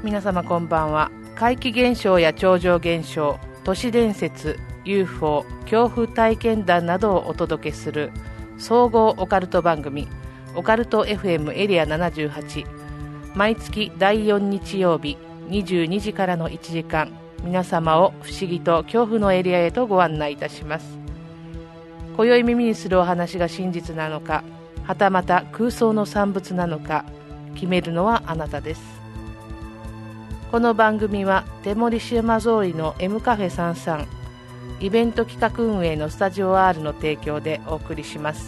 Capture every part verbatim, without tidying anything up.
皆様こんばんは。怪奇現象や超常現象、都市伝説、 ユーフォー、 恐怖体験談などをお届けする総合オカルト番組オカルト エフエム エリアななじゅうはち、毎月だいよん日曜日にじゅうにじからのいちじかん、皆様を不思議と恐怖のエリアへとご案内いたします。今宵耳にするお話が真実なのか、はたまた空想の産物なのか、決めるのはあなたです。この番組は手盛島通りの M カフェさんじゅうさんイベント企画運営のスタジオ R の提供でお送りします。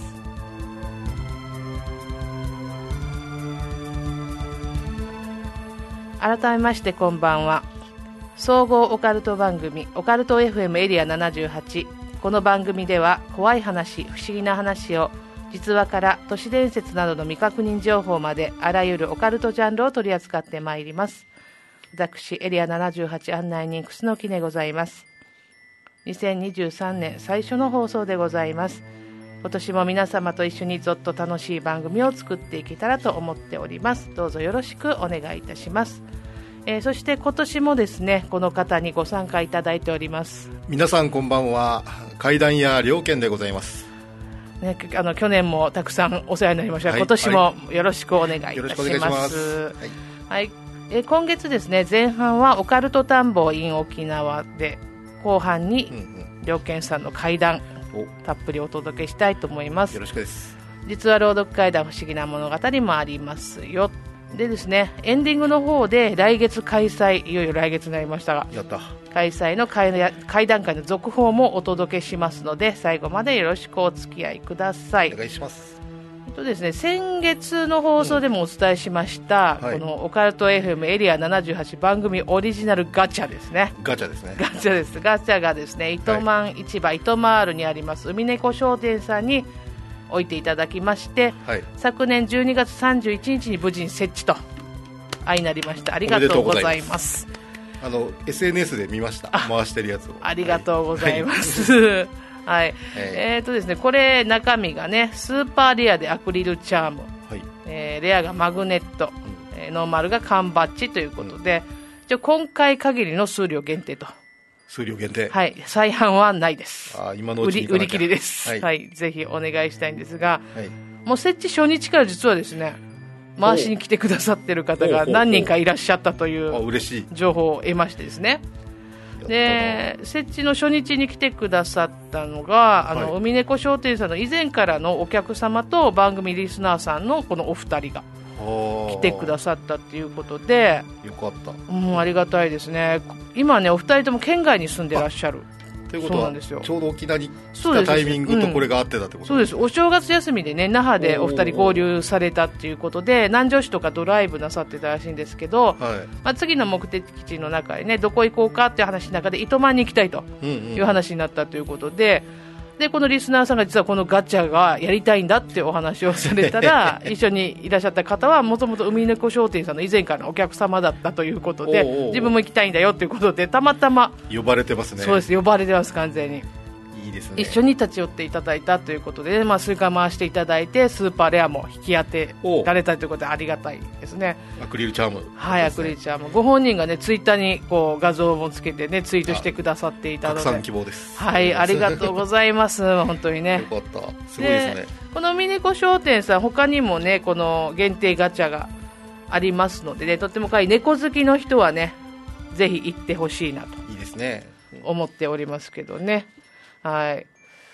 改めましてこんばんは。総合オカルト番組オカルト エフエム エリアななじゅうはち、この番組では怖い話、不思議な話を実話から都市伝説などの未確認情報まで、あらゆるオカルトジャンルを取り扱ってまいります。私エリアななじゅうはち案内人楠木でございます。にせんにじゅうさんねん最初の放送でございます。今年も皆様と一緒にずっと楽しい番組を作っていけたらと思っております。どうぞよろしくお願いいたします。えー、そして今年もですね、この方にご参加いただいております。 皆さんこんばんは。怪談屋良健でございます、 ね、あの去年もたくさんお世話になりました、はい、今年もよろしくお願いいたします。よろしくお願いします。はい、はい、えー、今月ですね、前半はオカルト探訪 in 沖縄で、後半に良健さんの怪談をたっぷりお届けしたいと思います。 よろしくです。 実は朗読怪談不思議な物語もありますよ。でですね、エンディングの方で来月開催、いよいよ来月になりましたが、 やった開催の怪談会の続報もお届けしますので、最後までよろしくお付き合いください。 お願いします。 えっとですね、先月の放送でもお伝えしました、うん、このオカルト エフエム エリアななじゅうはち番組オリジナルガチャですね。 ガチャですね。 ガチャです。ガチャがですね、糸満市場、はい、糸満ールにあります海猫商店さんに置いていただきまして、はい、昨年じゅうにがつさんじゅういちにちに無事に設置と相なりました。ありがとうございます。 あの エスエヌエス で見ました。回してるやつを。 ありがとうございます。はいはい、えーとですね、これ中身がね、スーパーレアでアクリルチャーム、はい、えー、レアがマグネット、うん、えー、ノーマルが缶バッジということで、うん、今回限りの数量限定と。 数量限定、 はい、再販はないです。 あ、今のうちに売り、売り切りです、はいはい、ぜひお願いしたいんですが、はい、もう設置初日から実はですね、回しに来てくださってる方が何人かいらっしゃったという情報を得ましてですね。で、設置の初日に来てくださったのが、あの、はい、海猫商店さんの以前からのお客様と番組リスナーさんのこのお二人が来てくださったということで、 よかった、 うん、ありがたいですね。今ね、お二人とも県外に住んでらっしゃる。 ということはちょうど沖縄に来たタイミングとこれが合ってたってこと、 そうです、うん、そうです。お正月休みでね、那覇でお二人合流されたということで、南城市とかドライブなさってたらしいんですけど、はい、まあ、次の目的地の中でね、どこ行こうかっていう話の中で糸満に行きたいという話になったということで、うんうん、でこのリスナーさんが実はこのガチャがやりたいんだってお話をされたら一緒にいらっしゃった方はもともと海猫商店さんの以前からのお客様だったということで、おうおうおう、自分も行きたいんだよということで、たまたま呼ばれてますね。 そうです、呼ばれてます、完全に。 いいですね。 一緒に立ち寄っていただいたということで、まあ、スイカ回していただいてスーパーレアも引き当てられたということでありがたいですね。 アクリルチャーム、 はい、アクリルチャーム、ご本人がねツイッターにこう画像もつけてねツイートしてくださっていたので、 拡散希望です。 はい、ありがとうございます。本当にね、 よかった、すごいですね。 この海猫商店さん、他にもねこの限定ガチャがありますのでね、とっても可愛い猫好きの人はねぜひ行ってほしいなといいですね、 思っておりますけどね。はい、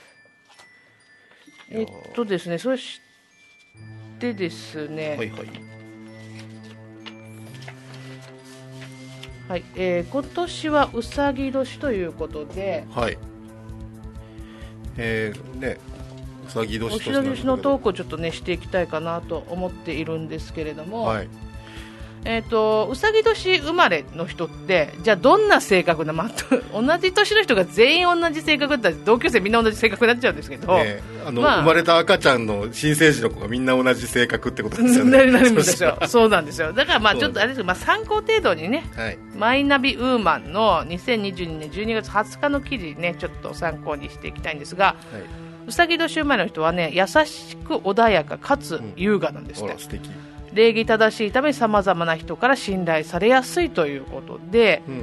えっとですね、そしてですね、はいはい、はい、えー、今年はうさぎ年ということで、はい、 えー、ね、うさぎ年とうさぎ年のトークをちょっとねしていきたいかなと思っているんですけれども、はい、えーと、うさぎ年生まれの人ってじゃあどんな性格な、まあ、同じ年の人が全員同じ性格だったら同級生みんな同じ性格になっちゃうんですけど、ね、 あの、まあ、生まれた赤ちゃんの新生児の子がみんな同じ性格ってことですよね。 なるんですよ。そうなんですよ。だからまあちょっとあれですけど、まあ、参考程度にね、はい、マイナビウーマンのにせんにじゅうにねんじゅうにがつはつかの記事ねちょっと参考にしていきたいんですが、はい、うさぎ年生まれの人はね優しく穏やかかつ優雅なんですね、うん、素敵礼儀正しいためさまざまな人から信頼されやすいということで、うん、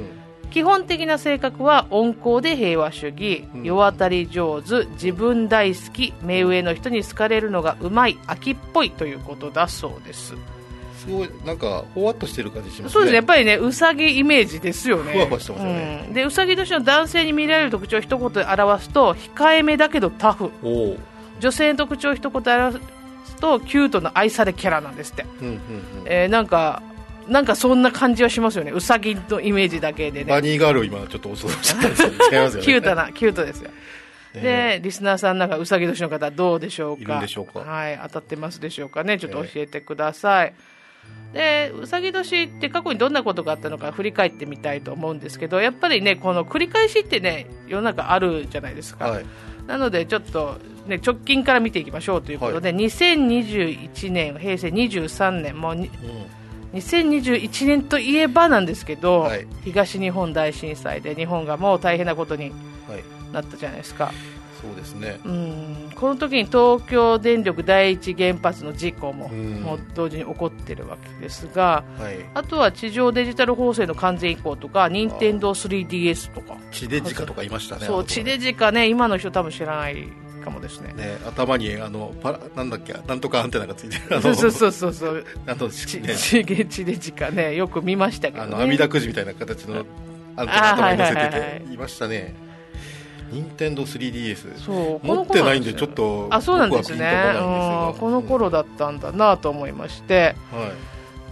基本的な性格は温厚で平和主義、うん、世渡り上手、自分大好き、目上の人に好かれるのがうまい、秋っぽいということだそうです。 すごいなんかほわっとしてる感じしますね。 そうですね、やっぱりねうさぎイメージですよね。 ふわふわしてますよね、 うん、でうさぎ年の男性に見られる特徴を一言で表すと控えめだけどタフ、女性の特徴を一言で表すとキュートな愛されキャラなんですって、うんうんうん、えー、なんかなんかそんな感じはしますよね、うさぎのイメージだけでね。 バニーガールを今ちょっとお想像したんですよ、違いますよね。 キュートなキュートですよ。でリスナーさんなんかうさぎ年の方どうでしょうか。 いるんでしょうか。 はい、当たってますでしょうかね。ちょっと教えてください。でうさぎ年って過去にどんなことがあったのか振り返ってみたいと思うんですけど、やっぱりねこの繰り返しってね世の中あるじゃないですか、はい、なのでちょっと、ね、直近から見ていきましょうということで、はい、にせんにじゅういちねんへいせいにじゅうさんねんもうに、うん、にせんにじゅういちねんといえばなんですけど、はい、東日本大震災で日本がもう大変なことになったじゃないですか、はい、 そうですね。 うん、この時に東京電力第一原発の事故も、もう同時に起こっているわけですが、はい、あとは地上デジタル法制の完全移行とか任天堂 スリーディーエス とか地デジカとかいましたね。 そう地デジカね、今の人多分知らないかもですね。 ね、頭にあのパラなんだっけなんとかアンテナがついてる、 そうそうそうそうそうあのち、ね、地, 地デジカねよく見ましたけどね。 あの網だくじみたいな形のアンテナ頭に乗せてていましたね。任天堂 スリーディーエス そう持ってないんでちょっとあそうなんですね、うん、この頃だったんだなと思いまして、はい、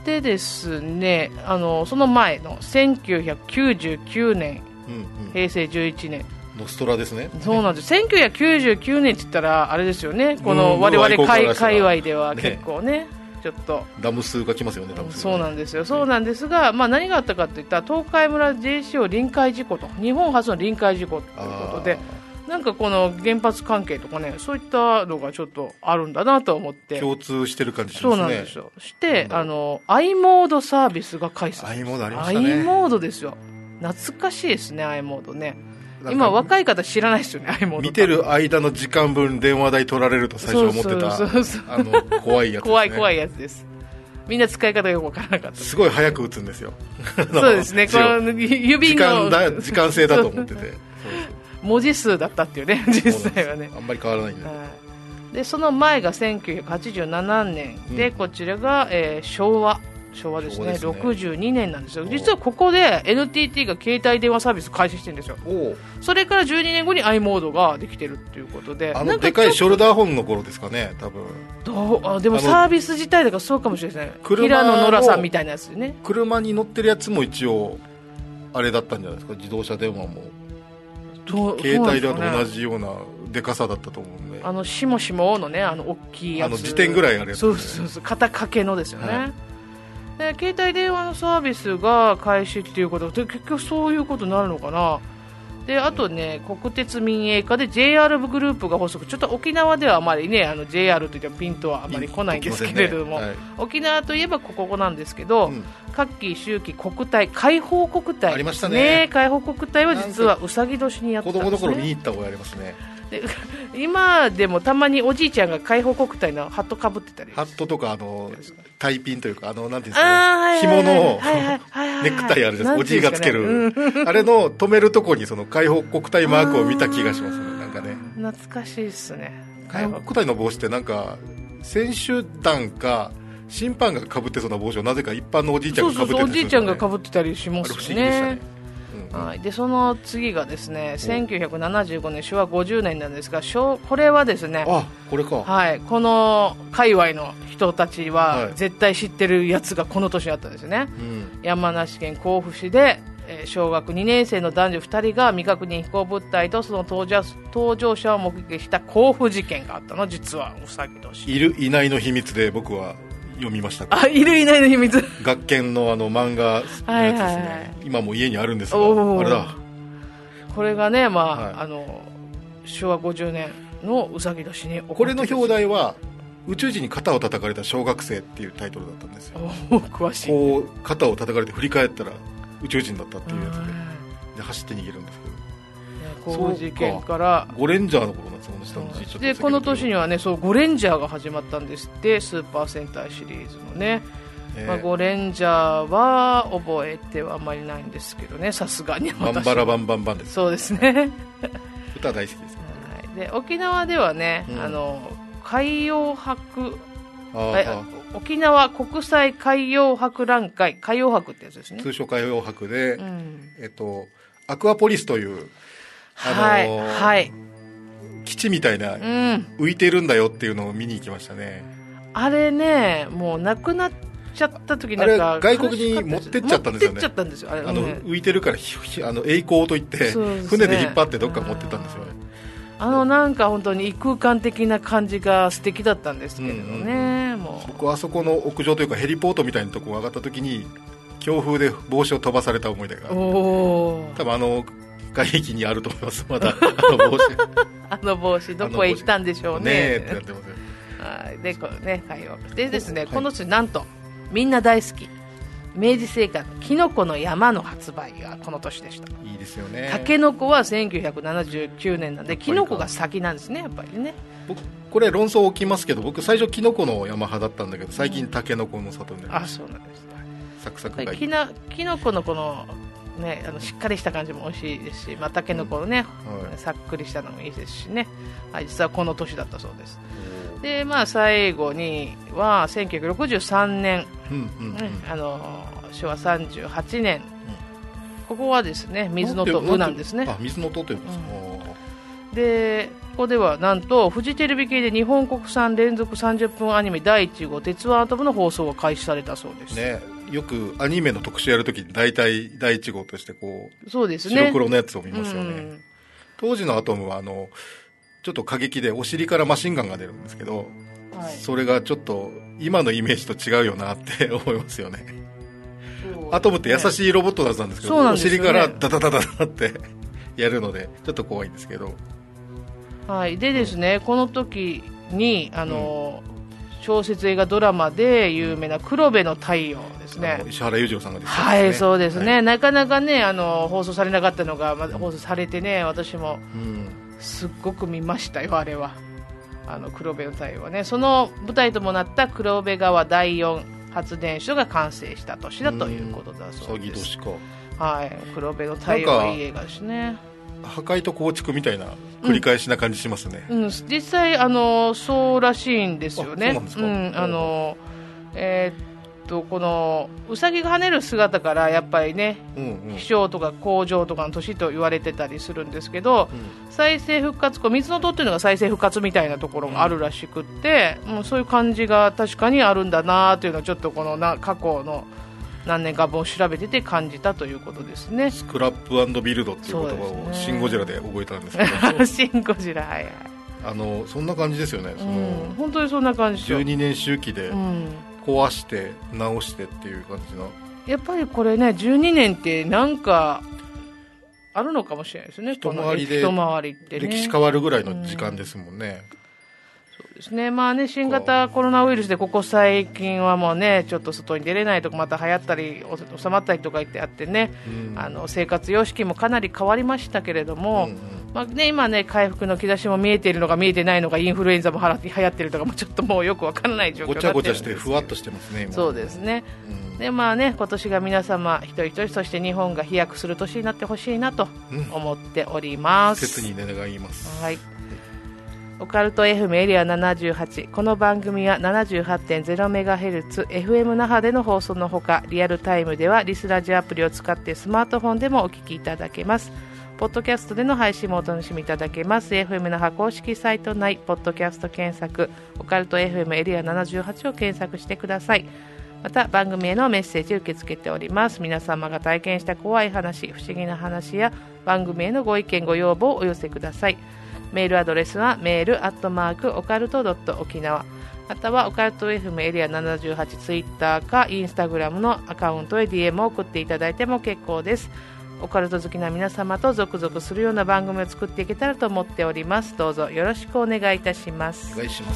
でですねあのその前のせんきゅうひゃくきゅうじゅうきゅうねん、うんうん、へいせいじゅういちねんノストラですね。 そうなんです。せんきゅうひゃくきゅうじゅうきゅうねんって言ったらあれですよね、この我々界隈では結構ね、ねちょっとダム数が来ますよね。ダム数、ね、 そうなんですよ。そうなんですが、まあ、何があったかといったら東海村 ジェーシーオー 臨海事故と日本初の臨海事故ということで、なんかこの原発関係とかねそういったのがちょっとあるんだなと思って共通してる感じしますね。 そうなんですよ。してあの i モードサービスが開始され i モードありましたね。 i モードですよ。懐かしいですね i モードね。今若い方知らないですよね i モード。 見てる間の時間分電話代取られると最初思ってたそうそうそうそうあの怖いやつですね。 怖い怖いやつです。みんな使い方よくわからなかった。 すごい早く打つんですよそうですね、この指の時間だ時間制だと思っててそうそう文字数だったっていうね実際はねあんまり変わらないんで、 はい、でその前がせんきゅうひゃくはちじゅうななねんで、うん、こちらが、えー、昭和昭和ですね、ですねろくじゅうにねんなんですよ。実はここで エヌティーティー が携帯電話サービス開始してるんですよ。それからじゅうにねんごに i モードができてるっていうことで、 あのでかいショルダーホンの頃ですかね多分。 どうあでもサービス自体だからそうかもしれないですね。平野ノラさんみたいなやつね。 車に乗ってるやつも一応あれだったんじゃないですか。自動車電話も携帯電話と同じようなでかさだったと思うんで、 あのしもしものねあの大きいやつ、 あの時点ぐらいあれ、ね、 そうそうそう肩掛けのですよね、はい。で携帯電話のサービスが開始っていうことで結局そういうことになるのかな。であとね国鉄民営化で ジェイアール グループが発足。ちょっと沖縄ではあまりねあの ジェイアール といってもピンとはあまり来ないんですけれども、ねはい、沖縄といえばここなんですけど、うん、夏季秋季国体開放国体ありましたね。 開放国体は実はうさぎ年にやってたんですね。 子供の頃見に行った覚えありますね。 で今でもたまにおじいちゃんが開放国体のハットかぶってたり、 ハットとかあのタイピンというかあのなんていうんですかね、紐のネクタイあるじゃないですか、おじいがつける、あれの止めるとこにその開放国体マークを見た気がしますね。なんかね懐かしいですね。 開放国体の帽子ってなんか選手団か審判がかぶってそうな帽子をなぜか一般のおじいちゃんがかぶってたりするんですよね。そうそうそうおじいちゃんがかぶってたりしますね。あれ不思議でしたね。 はい、でその次がですねせんきゅうひゃくななじゅうごねんしょわごじゅうねんなんですが、これはですねあこれか、 はい、この界隈の人たちは絶対知ってるやつがこの年あったんですよね、はい、山梨県甲府市で、えー、小学にねん生の男女ふたりが未確認飛行物体とその搭乗、搭乗者を目撃した甲府事件があったの。実はうさぎ年いるいないの秘密で僕は読みました。 あいるいないの秘密学研のあの漫画のやつですね、はいはいはい、今も家にあるんですがあれだこれがね、まあはい、あのしょわごじゅうねんのうさぎ年に起こってこれの表題は宇宙人に肩を叩かれた小学生っていうタイトルだったんですよ。 詳しい。 こう肩を叩かれて振り返ったら宇宙人だったっていうやつで、で走って逃げるんですけど、 工事件からゴレンジャーの頃なんですよ、 うん、でこの年にはねそうゴレンジャーが始まったんですって、スーパー戦隊シリーズのね、えーまあ、ゴレンジャーは覚えてはあんまりないんですけどね、さすがにバンバラバンバンバンです。 そうですね歌大好きです、 はい、で沖縄ではね、うん、あの海洋博あ沖縄国際海洋博覧会、海洋博ってやつですね、 通称海洋博で、うん、えっと、アクアポリスという、あのーはいはい、 基地みたいな、うん、浮いてるんだよっていうのを見に行きましたね。 あれね、もうなくなっちゃった時なんかあれ外国に持ってっちゃったんですよね。 持ってっちゃったんですよ、あれ、ね、 あの浮いてるからあの栄光といって、ね、船で引っ張ってどっか持ってったんですよね。 あのなんか本当に異空間的な感じが素敵だったんですけれどね、うんうん、もう僕はあそこの屋上というかヘリポートみたいなところ上がった時に強風で帽子を飛ばされた思い出が、お多分あの外壁にあると思います。まだあの帽子あの帽子どこへ行ったんでしょう ね, ねってなってますよはい。でこのね海洋でですね、はい、この年なんとみんな大好き明治製菓きのこの山の発売がこの年でした。 いいですよね。 たけのこはせんきゅうひゃくななじゅうきゅうねんなんできのこが先なんですね、やっぱりね。 僕これ論争起きますけど、僕最初きのこの山派だったんだけど最近たけのこの里になりました。 あ、そうなんです、 サクサクがいい。 きなきのこのこのね、あのしっかりした感じも美味しいですし、まあ、たけのこのね、うんはい、さっくりしたのもいいですしね、はい、実はこの年だったそうです。で、まあ、最後にはせんきゅうひゃくろくじゅうさんねん、うんうんうんね、あのしょわさんじゅうはちねん、うん、ここはですね水の戸部なんですね。 あ、水の戸というんですか、 うん、でここではなんとフジテレビ系で日本国産連続さんじゅっぷんアニメだいいち号鉄腕アトムの放送が開始されたそうです、 ね、よくアニメの特集やるときに大体だいいち号としてこう、 そうですね、 白黒のやつを見ますよね、うん、当時のアトムはあのちょっと過激でお尻からマシンガンが出るんですけど、はい、それがちょっと今のイメージと違うよなって思いますよね。アトムって優しいロボットだったんですけど、ね、お尻からダダダダダってやるのでちょっと怖いんですけど、 はい、でですね、うん、この時にあの、うん、小説映画ドラマで有名な黒部の太陽ですね、 石原裕次郎さんが出てたんですね。 ね。 はい、そうですね、はい、なかなかねあの放送されなかったのが、ま、放送されてね、私もすっごく見ましたよ、あれは。あの黒部の太陽はね、その舞台ともなった黒部川だいよん発電所が完成した年だということだそうです。 詐欺年か。 はい、黒部の太陽はいい映画ですね。 破壊と構築みたいな繰り返しな感じしますね。 うんうん、実際あのそうらしいんですよね。うん、あのえー、っとこのウサギが跳ねる姿からやっぱりね、うんうん、気象とか工場とかの年と言われてたりするんですけど、うん、再生復活、こう水の戸っていうのが再生復活みたいなところがあるらしくって、うん、もうそういう感じが確かにあるんだなというのをちょっとこのな過去の何年か分を調べてて感じたということですね。 スクラップ&ビルドっていう言葉をシン・ゴジラで覚えたんですけどシン・ゴジラ、はいはい、 あのそんな感じですよね。その、うん、 本当にそんな感じ。 じゅうにねん周期で壊して直してっていう感じの、 やっぱりこれねじゅうにねんってなんかあるのかもしれないですね。 一回りで一回りってね、 歴史変わるぐらいの時間ですもんね、 うん、そうですね。まあね、新型コロナウイルスでここ最近はもうねちょっと外に出れないとかまた流行ったり収まったりとか言ってあってね、うん、あの生活様式もかなり変わりましたけれども、うんうん、まあね、今ね回復の兆しも見えているのか見えてないのか、インフルエンザも流行っているとかもちょっともうよくわからない状況になってるんです。 ごちゃごちゃしてふわっとしてますね今。 そうですね、うん、でまあね、今年が皆様一人一人そして日本が飛躍する年になってほしいなと思っております、 うん、切に願います。 はい、オカルト エフエム エリアななじゅうはち、この番組は ななじゅうはちてんゼロメガヘルツ エフエム 那覇での放送のほか、リアルタイムではリスラジアプリを使ってスマートフォンでもお聞きいただけます。ポッドキャストでの配信もお楽しみいただけます。 エフエム 那覇公式サイト内ポッドキャスト検索、オカルト エフエム エリアななじゅうはちを検索してください。また番組へのメッセージ受け付けております。皆様が体験した怖い話、不思議な話や番組へのご意見ご要望をお寄せください。メールアドレスはメールアットマークオカルトドット沖縄、またはオカルト エフエム エリアななじゅうはちツイッターかインスタグラムのアカウントへ ディーエム を送っていただいても結構です。オカルト好きな皆様とゾクゾクするような番組を作っていけたらと思っております。どうぞよろしくお願いいたします。 お願いします。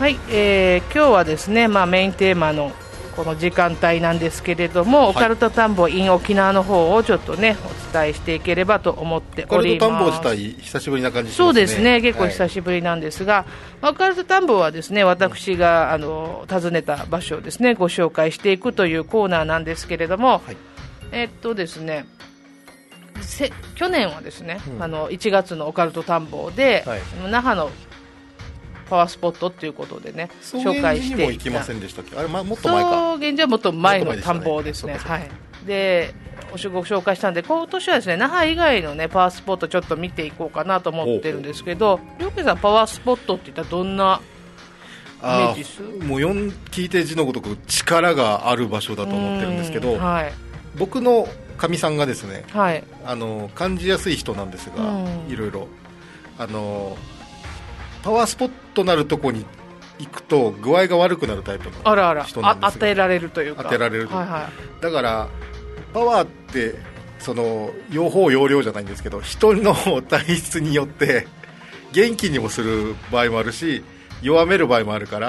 はい、えー、今日はですね、まあ、メインテーマのこの時間帯なんですけれども、はい、オカルト探訪 in 沖縄の方をちょっとねお伝えしていければと思っております。 オカルト探訪自体久しぶりな感じしますね。 そうですね、結構久しぶりなんですが、はい、オカルト探訪はですね、私があの訪ねた場所をですねご紹介していくというコーナーなんですけれども、はい、えー、っとですねせ去年はですね、うん、あのいちがつのオカルト探訪で、はい、那覇のパワースポットということでね紹介していた。草原寺にも行きませんでしたっけ？あれ、ま、もっと前か。 草原寺はもっと前の探訪ですね。はい。で、ご紹介したんで、今年はですね那覇以外のねパワースポットちょっと見ていこうかなと思ってるんですけど、りょうけいさんパワースポットっていったらどんなイメージです？ もう読ん聞いて字のごとく力がある場所だと思ってるんですけど、はい、僕のかみさんがですね、はい、あの感じやすい人なんですが、いろいろあのパワースポットなるとこに行くと具合が悪くなるタイプの人なんですが、 あらあら、あ当てられるというか当てられるという、はいはい、だからパワーってその用法用量じゃないんですけど、人の体質によって元気にもする場合もあるし弱める場合もあるから、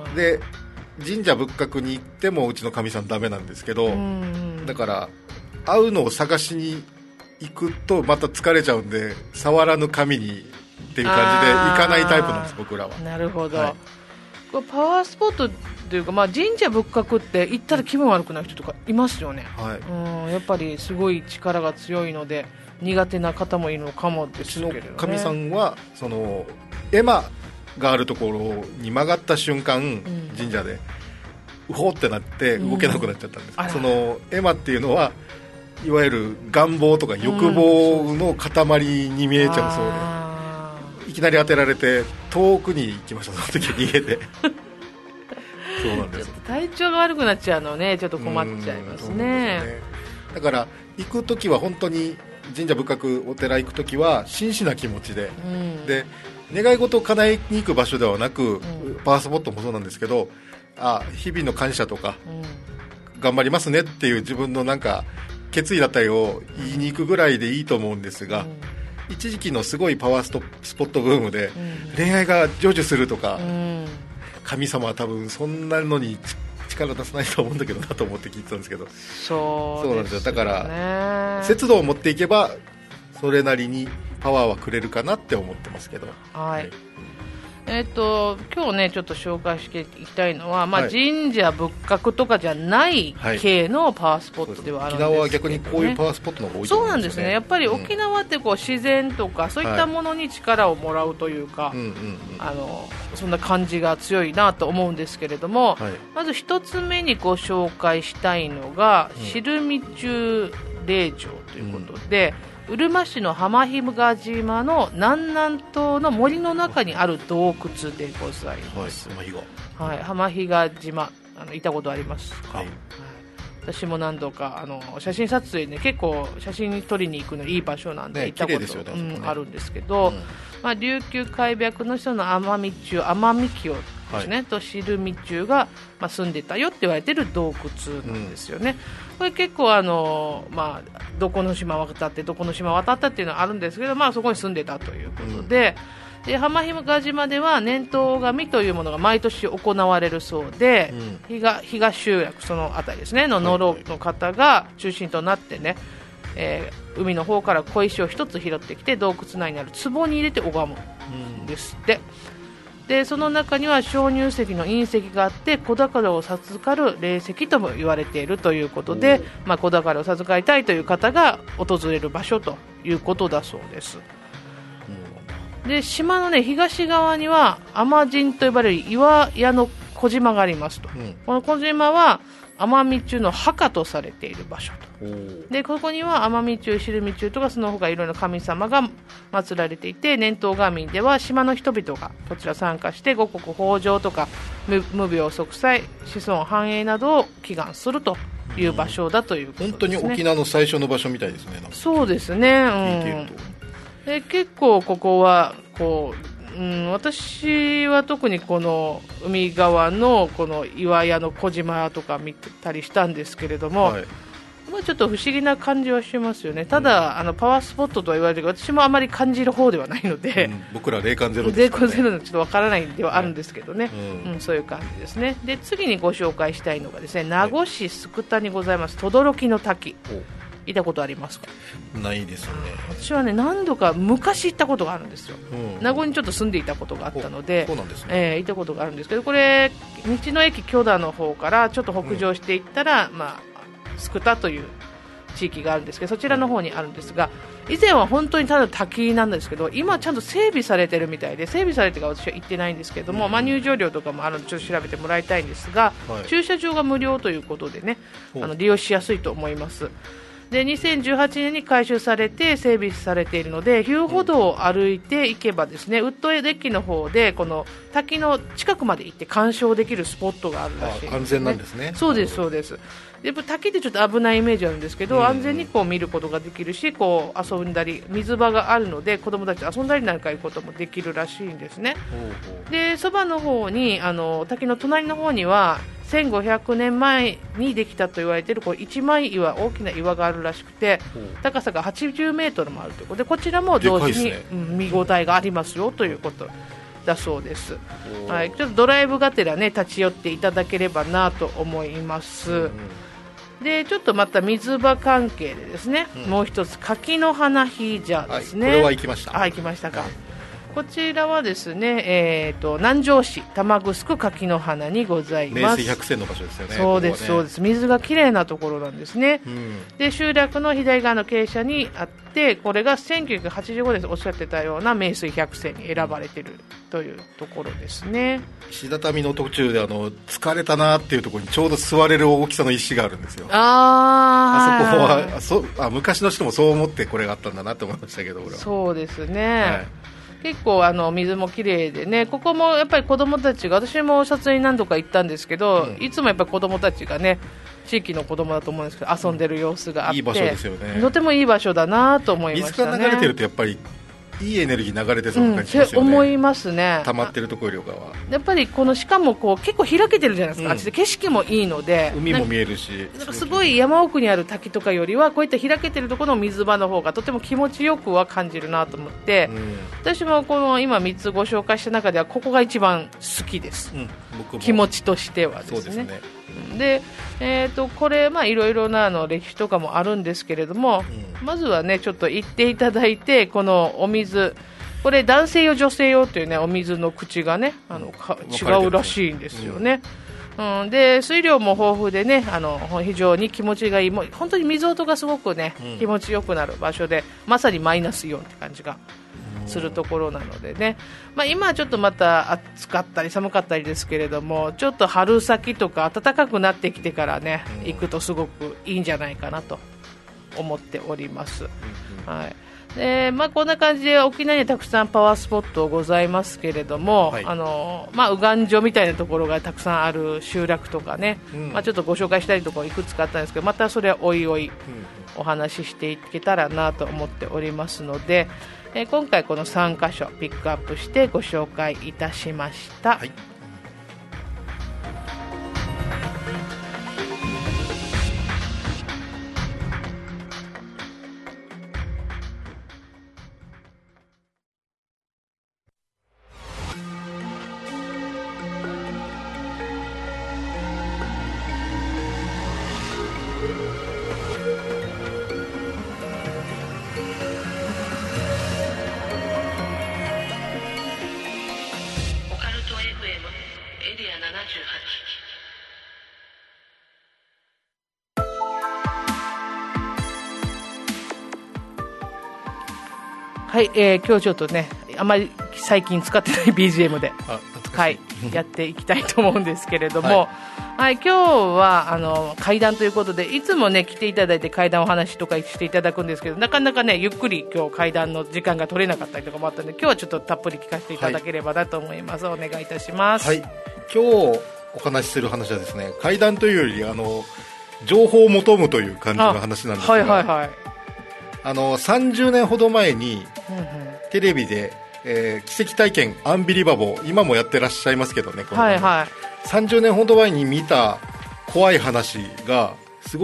で神社仏閣に行ってもうちのかみさんダメなんですけど、だから会うのを探しに行くとまた疲れちゃうんで、触らぬ神にっていう感じで行かないタイプなんです、僕らは。 なるほど、はい、これパワースポットというか、まあ、神社仏閣って行ったら気分悪くなる人とかいますよね、はい、うんやっぱりすごい力が強いので苦手な方もいるのかもですけれどね。うちのかみさんはその絵馬があるところに曲がった瞬間、うん、神社でうほーってなって動けなくなっちゃったんです、うん、その絵馬っていうのはいわゆる願望とか欲望の塊に見えちゃうそうで、うん、いきなり当てられて遠くに行きました。その時逃げてそうなんです。 ちょっと体調が悪くなっちゃうのね、ちょっと困っちゃいますね。 だから行く時は本当に神社仏閣お寺行く時は真摯な気持ちで、うん、で願い事を叶えに行く場所ではなく、うん、パワースポットもそうなんですけど、あ日々の感謝とか、うん、頑張りますねっていう自分のなんか決意だったりを言いに行くぐらいでいいと思うんですが、うん、一時期のすごいパワースポットブームで、うん、恋愛が成就するとか、うん、神様は多分そんなのに力出さないと思うんだけどなと思って聞いてたんですけど、 そうですね、そうなんですよ。 だから節度を持っていけばそれなりにパワーはくれるかなって思ってますけど、 はい、えー、と今日ねちょっと紹介していきたいのは、まあ、神社仏閣とかじゃない系のパワースポットではあるんですけど、ね、 沖縄は逆にこういうパワースポットの方が多いと思うんですよね。そうなんですね。 やっぱり沖縄ってこう自然とかそういったものに力をもらうというか、あのそんな感じが強いなと思うんですけれども、はい、まず一つ目にご紹介したいのが、うん、汁見中霊場ということで、うん、うるま市の浜比嘉島の南南東の森の中にある洞窟でございます。はい、はい、浜比嘉島あの行ったことありますか？はい、私も何度かあの写真撮影ね、結構写真撮りに行くのいい場所なんで、ね、行ったこと、ねうん、あるんですけど、うんまあ、琉球開闢の人の奄美中奄美清ですね、はい、と汁見中が、まあ、住んでたよって言われてる洞窟なんですよね、うん、これ結構あの、まあ、どこの島渡ってどこの島渡ったっていうのはあるんですけど、まあ、そこに住んでたということで、うん、で浜比嘉島では年頭神というものが毎年行われるそうで、うん、比嘉比嘉集落そのあたりですねの野呂の方が中心となってね、えー、海の方から小石を一つ拾ってきて洞窟内にある壺に入れて拝むんですって、うん、でその中には鍾乳石の隕石があって子宝を授かる霊石とも言われているということで、まあ、子宝を授かりたいという方が訪れる場所ということだそうです。で島の、ね、東側には海神と呼ばれる岩屋の小島がありますと、うん、この小島は奄美中の墓とされている場所と。でここには奄美中、汁見中とかその他いろいろな神様が祀られていて、年頭神では島の人々がこちら参加して五穀豊穣とか 無, 無病息災、子孫繁栄などを祈願するという場所だということですね。 本当に沖縄の最初の場所みたいですね。 そうですね、うんで結構ここはこう、うん、私は特にこの海側のこの岩屋の小島とか見たりしたんですけれども、はい、 まあ、ちょっと不思議な感じはしますよね。ただ、うん、あのパワースポットとは言われてるけど、私もあまり感じる方ではないので、うん、 僕ら霊感ゼロですからね。 霊感ゼロのちょっとわからないんではあるんですけどね、うんうん、そういう感じですね。で次にご紹介したいのがですね、名護市宿田にございます轟の滝、行ったことありますか？ ないですね。 私はね何度か昔行ったことがあるんですよ、うん、名護にちょっと住んでいたことがあったので、 そうなんですね、 えー、行ったことがあるんですけど、これ道の駅許田の方からちょっと北上していったら、うん、まあ、宿田という地域があるんですけど、そちらの方にあるんですが、以前は本当にただ滝なんですけど、今ちゃんと整備されてるみたいで、整備されてから私は行ってないんですけども、うん、まあ、入場料とかもあるのでちょっと調べてもらいたいんですが、はい、駐車場が無料ということでね、あの利用しやすいと思います。でにせんじゅうはちねんに改修されて整備されているので、遊歩道を歩いていけばですね、ウッドエデッキの方でこの滝の近くまで行って鑑賞できるスポットがあるらしいですね。 安全なんですね。 そうですそうです。で滝ってちょっと危ないイメージあるんですけど、うん、安全にこう見ることができるし、こう遊んだり水場があるので子どもたち遊んだりなんかいうこともできるらしいんですね。でそばの方にあの滝の隣の方にはせんごひゃくねんまえにできたと言われているこう一枚岩、大きな岩があるらしくて、高さがはちじゅうメートルもあるということで、こちらも同時に、ね、うん、見応えがありますよということだそうです。はい、ちょっとドライブがてらね立ち寄っていただければなと思います。うん、でちょっとまた水場関係でですね、うん、もう一つ柿の花ヒージャーですね。 はい、これは行きました。 あ、行きましたか。はい、こちらはですね、えー、と南城市玉城柿の花にございます。 名水百選の場所ですよね。 そうです、 ここね、 そうです。水がきれいなところなんですね。うん、で集落の左側の傾斜にあって、これがせんきゅうひゃくはちじゅうごねんでおっしゃってたような名水百選に選ばれているというところですね。 石畳の途中であの疲れたなっていうところにちょうど座れる大きさの石があるんですよ。 ああそこはあそあ昔の人もそう思ってこれがあったんだなって思いましたけど、俺は。 そうですね。はい、結構あの水もきれいでね、ここもやっぱり子どもたちが、私も撮影に何度か行ったんですけど、うん、いつもやっぱり子どもたちがね、地域の子どもだと思うんですけど遊んでる様子があって、いい場所ですよね。とてもいい場所だなと思いましたね。 水が流れてるとやっぱりいいエネルギー流れてそうな感じしますよね。 うん、思いますね。 溜まってるところよりかはやっぱりこのしかもこう結構開けてるじゃないですか、うん、あっちで景色もいいので、 海も見えるし、 なんかすごい山奥にある滝とかよりはこういった開けてるところの水場の方がとても気持ちよくは感じるなと思って、うん、私もこの今みっつご紹介した中ではここが一番好きです、うん、僕も気持ちとしてはですね。そうですね。で、えー、とこれまあいろいろなあの歴史とかもあるんですけれども、うん、まずはねちょっと行っていただいて、このお水、これ男性用女性用というねお水の口がねあのか違うらしいんですよね。うんうん、で水量も豊富でね、あの非常に気持ちがいい、もう本当に水音がすごくね、うん、気持ちよくなる場所で、まさにマイナスイオンって感じがするところなのでね、まあ、今はちょっとまた暑かったり寒かったりですけれども、ちょっと春先とか暖かくなってきてからね、うん、行くとすごくいいんじゃないかなと思っております。うんうん、はい。でまあ、こんな感じで沖縄にはたくさんパワースポットございますけれども、はい、あのまあ、右岸所みたいなところがたくさんある集落とかね、うん、まあ、ちょっとご紹介したいところいくつかあったんですけど、またそれはおいおいお話ししていけたらなと思っておりますので、えー、今回このさんかしょピックアップしてご紹介いたしました。はい、はい、えー、今日ちょっとねあまり最近使ってない、 ビージーエム で、はい、やっていきたいと思うんですけれども、はいはい、今日はあの怪談ということで、いつもね来ていただいて怪談お話とかしていただくんですけど、なかなかねゆっくり今日怪談の時間が取れなかったりとかもあったので、今日はちょっとたっぷり聞かせていただければなと思います。はい、お願いいたします。 はい、今日お話しする話はですね、怪談というよりあの情報を求むという感じの話なんですが、はいはいはい、あのさんじゅうねんほど前に、うんうん、テレビで、えー、奇跡体験アンビリバボー、今もやってらっしゃいますけどね、この、はいはい、さんじゅうねんほど前に見た怖い話がすごい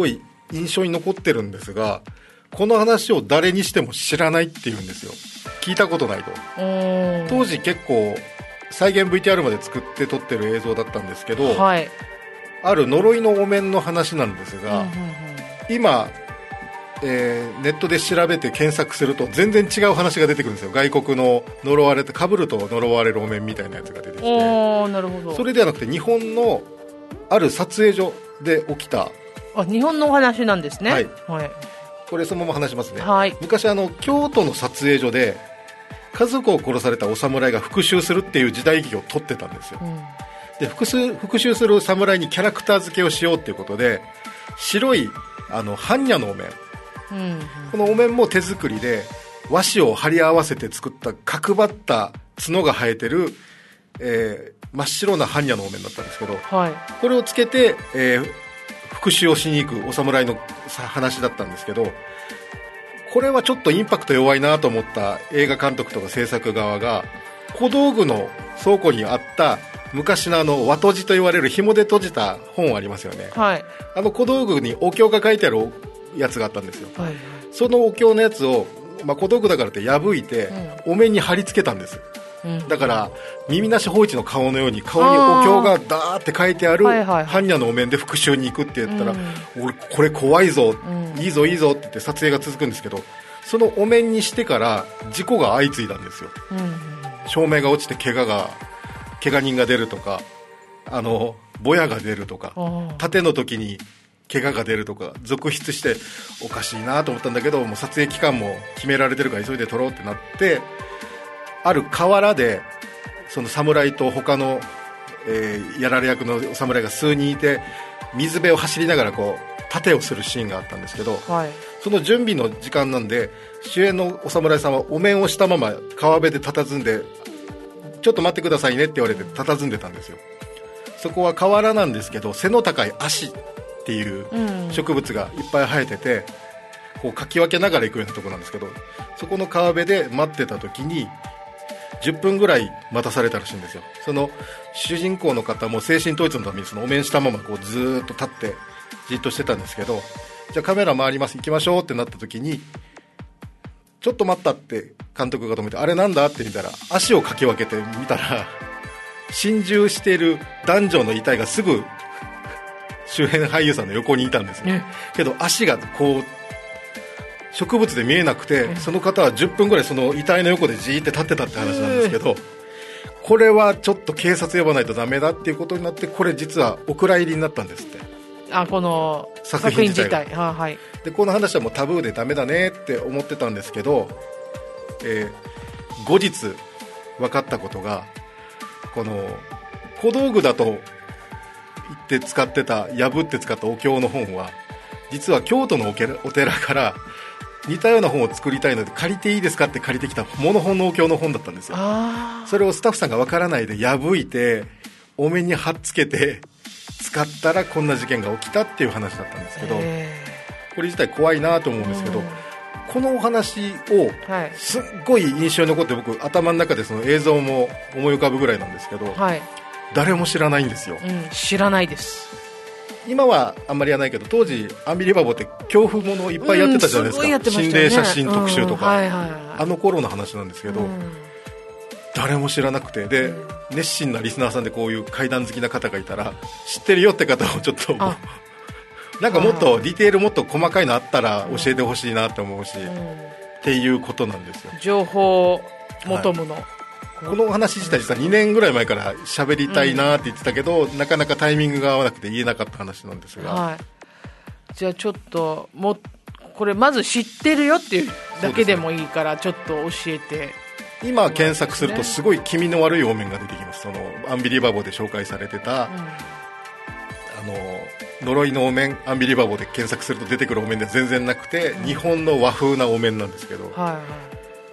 印象に残ってるんですが、この話を誰にしても知らないっていうんですよ。聞いたことないと。当時結構再現 ブイティーアール まで作って撮ってる映像だったんですけど、はい、ある呪いのお面の話なんですが、うんうんうん、今、えー、ネットで調べて検索すると全然違う話が出てくるんですよ。外国の呪われて被ると呪われるお面みたいなやつが出てきて、 おなるほど。 それではなくて日本のある撮影所で起きた、 あ、日本のお話なんですね。 はい、 はい、 これそのまま話しますね。 はい、 昔あの京都の撮影所で家族を殺されたお侍が復讐するっていう時代劇を撮ってたんですよ、うん、で 復, 復讐する侍にキャラクター付けをしようっていうことで、白いあの般若のお面、うんうん、このお面も手作りで和紙を貼り合わせて作った角張った角が生えてる、えー、真っ白な般若のお面だったんですけど、はい、これをつけて、えー、復讐をしに行くお侍の話だったんですけど、これはちょっとインパクト弱いなと思った映画監督とか制作側が、小道具の倉庫にあった昔のあの和閉じと言われる紐で閉じた本ありますよね、はい、あの小道具にお経が書いてあるやつがあったんですよ、はい、そのお経のやつを、まあ、小道具だからって破いて、うん、お面に貼り付けたんです、うん、だから耳なし芳一の顔のように顔にお経がダーって書いてある般若のお面で復讐に行くって言ったら、うん、俺これ怖いぞ、うん、いいぞいいぞって言って撮影が続くんですけど、そのお面にしてから事故が相次いだんですよ、うん、照明が落ちて怪我が怪我人が出るとか、あのぼやが出るとか、盾の時に怪我が出るとか続出して、おかしいなと思ったんだけど、もう撮影期間も決められてるから急いで撮ろうってなって、ある河原でその侍と他の、えー、やられ役の侍が数人いて、水辺を走りながらこう盾をするシーンがあったんですけど、はい、その準備の時間なんで、主演のお侍さんはお面をしたまま川辺で佇んで、ちょっと待ってくださいねって言われて佇んでたんですよ。そこは河原なんですけど、背の高い足っていう植物がいっぱい生えてて、こうかき分けながら行くようなところなんですけど、そこの川辺で待ってた時にじゅっぷんぐらい待たされたらしいんですよ。その主人公の方も精神統一のためにそのお面したままこうずーっと立ってじっとしてたんですけど、じゃあカメラ回ります、行きましょうってなった時に、ちょっと待ったって監督が止めて、あれなんだって見たら、足をかき分けて見たら心中している男女の遺体がすぐ周辺俳優さんの横にいたんですよ、ね、けど足がこう植物で見えなくて、その方はじゅっぷんぐらいその遺体の横でじーって立ってたって話なんですけど、これはちょっと警察呼ばないとダメだっていうことになって、これ実はお蔵入りになったんですって。 あ、この作品自体は、はい、 でこの話はもうタブーでダメだねって思ってたんですけど、えー、後日分かったことが、この小道具だと言って使ってた、破って使ったお経の本は実は京都のお寺から似たような本を作りたいので借りていいですかって借りてきたモノ本のお経の本だったんですよ。それをスタッフさんが分からないで破いてお面に貼っつけて使ったらこんな事件が起きたっていう話だったんですけど、これ自体怖いなと思うんですけど、このお話をすっごい印象に残って、僕頭の中でその映像も思い浮かぶぐらいなんですけど、はい、誰も知らないんですよ、 うん、知らないです。 今はあんまりやらないけど、当時アンビリバボーって恐怖ものをいっぱいやってたじゃないですか、うん、すごいやってましたよね、心霊写真特集とか、うん、はいはいはい、あの頃の話なんですけど、うん、誰も知らなくて、で、うん、熱心なリスナーさんでこういう怪談好きな方がいたら、知ってるよって方をちょっとなんかもっとディテールもっと細かいのあったら教えてほしいなと思うし、うん、っていうことなんですよ。 情報を求むの、はい、 この話自体実はにねんぐらい前から喋りたいなって言ってたけど、うん、なかなかタイミングが合わなくて言えなかった話なんですが、はい、 じゃあちょっともこれまず知ってるよっていうだけでもいいからちょっと教えて。 今検索するとすごい気味の悪いお面が出てきます。そのアンビリバボーで紹介されてた、うん、あの呪いのお面、アンビリバボーで検索すると出てくるお面では全然なくて、うん、日本の和風なお面なんですけど、はいはい、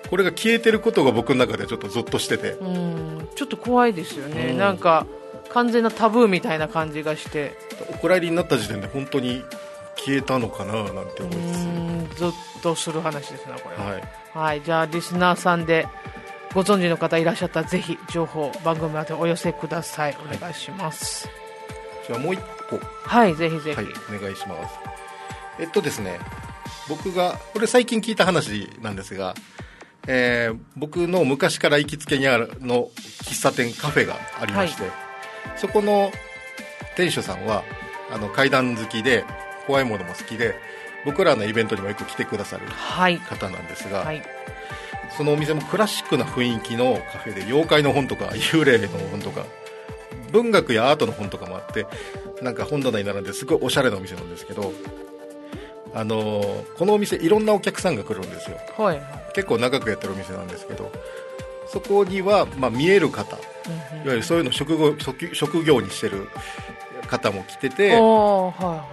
これが消えてることが僕の中でちょっとゾッとしてて、 うん、ちょっと怖いですよね、うん、なんか完全なタブーみたいな感じがして、 お蔵入りになった時点で本当に消えたのかななんて思いつつ、うん、ゾッとする話ですねこれは、はいはい、じゃあリスナーさんでご存知の方いらっしゃったらぜひ情報番組までお寄せください。お願いします、 はい、じゃあもう一個、 はい、ぜひぜひ、 はい、お願いします。 えっとですね僕がこれ最近聞いた話なんですが、えー、僕の昔から行きつけにあるの喫茶店カフェがありまして、はい、そこの店主さんはあの怪談好きで怖いものも好きで僕らのイベントにもよく来てくださる方なんですが、はいはい、そのお店もクラシックな雰囲気のカフェで妖怪の本とか幽霊の本とか文学やアートの本とかもあってなんか本棚に並んですごいおしゃれなお店なんですけど、あのー、このお店いろんなお客さんが来るんですよ、はい、結構長くやってるお店なんですけどそこには、まあ、見える方、うんうん、いわゆるそういうのを 職業、職業にしてる方も来てて、はいはい、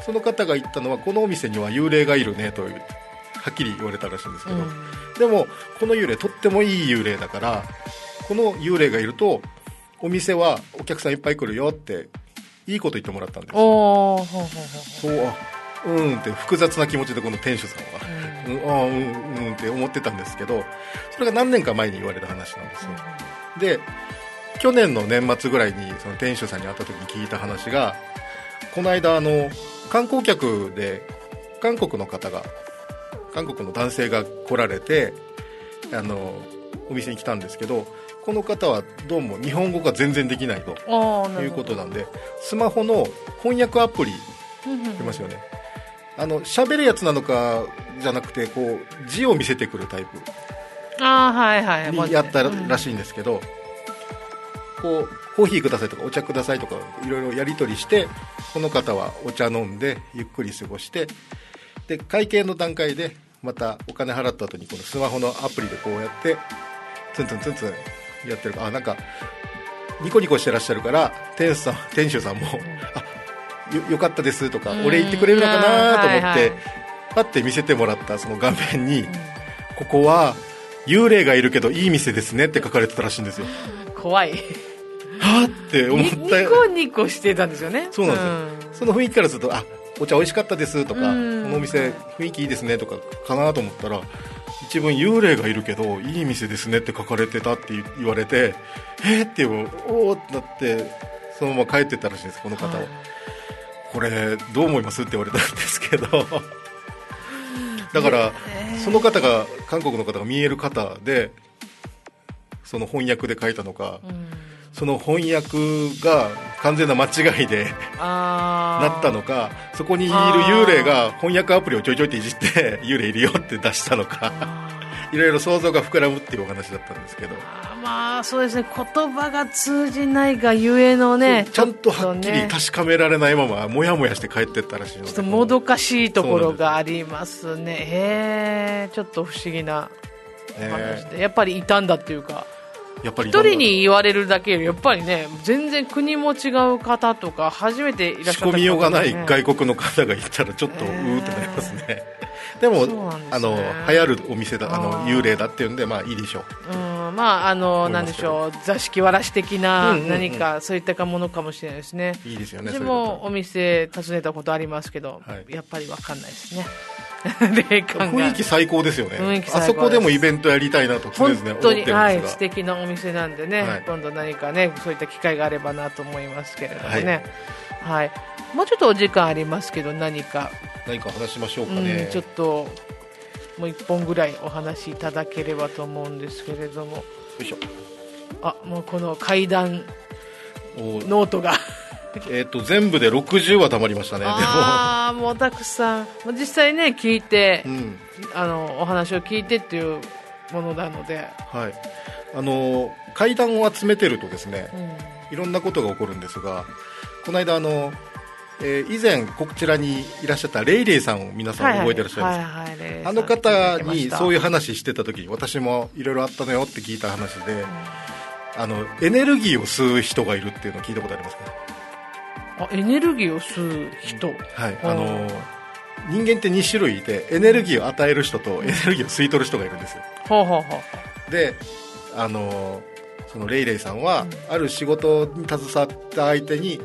その方が言ったのはこのお店には幽霊がいるねというはっきり言われたらしいんですけど、うん、でもこの幽霊とってもいい幽霊だからこの幽霊がいるとお店はお客さんいっぱい来るよっていいこと言ってもらったんですよ。おそうあうんって複雑な気持ちでこの店主さんは、うんうん、あうんうんって思ってたんですけどそれが何年か前に言われた話なんですよ、うん、で去年の年末ぐらいにその店主さんに会った時に聞いた話がこの間あの観光客で韓国の方が韓国の男性が来られてあのお店に来たんですけどこの方はどうも日本語が全然できないということなんでスマホの翻訳アプリ出ますよねあの喋るやつなのかじゃなくてこう字を見せてくるタイプにやったらしいんですけどこうコーヒーくださいとかお茶くださいとかいろいろやり取りしてこの方はお茶飲んでゆっくり過ごしてで会計の段階でまたお金払った後にこのスマホのアプリでこうやってツンツンツンツンやってるあなんかニコニコしてらっしゃるから店主さん、店主さんもあ よ, よかったですとかお礼言ってくれるのかなと思って、はいはい、パッて見せてもらったその画面に、うん、ここは幽霊がいるけどいい店ですねって書かれてたらしいんですよ。 怖いはって思ったニコニコしてたんですよね。 そうなんですよ、うん、その雰囲気からするとあお茶美味しかったですとか、うん、このお店雰囲気いいですねとかかなと思ったら一文幽霊がいるけどいい店ですねって書かれてたって言われてえーっておーってなってそのまま帰ってったらしいんですこの方は、はい、これどう思いますって言われたんですけどだからその方が韓国の方が見える方でその翻訳で書いたのか、うん、その翻訳が完全な間違いでなったのかそこにいる幽霊が翻訳アプリをちょいちょいっていじって幽霊いるよって出したのかいろいろ想像が膨らむっていうお話だったんですけどあまあそうですね言葉が通じないがゆえのねちゃんとはっきり確かめられないままもやもやして帰ってったらしいのでちょっともどかしいところがありますねへえちょっと不思議な話でやっぱりいたんだっていうかやっぱり一人に言われるだけよりやっぱりね全然国も違う方とか初めていらっしゃった方、ね、 仕込みようがない外国の方がいたらちょっとうーってなりますね、えー、でもで、ね、あの流行るお店だあの幽霊だっていうんでまあいいでしょううんまああのなんでしょう座敷わらし的な何かそういったものかもしれないですね、 うんうんうん、いいですよね私もお店訪ねたことありますけど、はい、やっぱり分かんないですね雰囲気最高ですよねあそこでもイベントやりたいなと常々思ってるんですが本当に、はい、素敵なお店なんでね、はい、今度何かねそういった機会があればなと思いますけれどもね、はいはい、もうちょっとお時間ありますけど何か何か話しましょうかね、 うん、ちょっともう一本ぐらいお話しいただければと思うんですけれどもよいしょあもうこの階段ノートがえー、と全部でろくじゅうはたまりましたね。 あもうたくさん実際ね聞いて、うん、あのお話を聞いてっていうものなので、 はい、あの怪談を集めてるとですね、うん、いろんなことが起こるんですがこの間あの、えー、以前こちらにいらっしゃったレイレイさんを皆さん覚えてらっしゃいますか、はいはいはいはい、あの方にそういう話してた時に私もいろいろあったのよって聞いた話で、うん、あのエネルギーを吸う人がいるっていうのを聞いたことありますか？ あエネルギーを吸う人、 はい、あの人間ってに種類いてエネルギーを与える人とエネルギーを吸い取る人がいるんですよ。 ほうほうほうであのそのレイレイさんは、うん、ある仕事に携わった相手に、うん、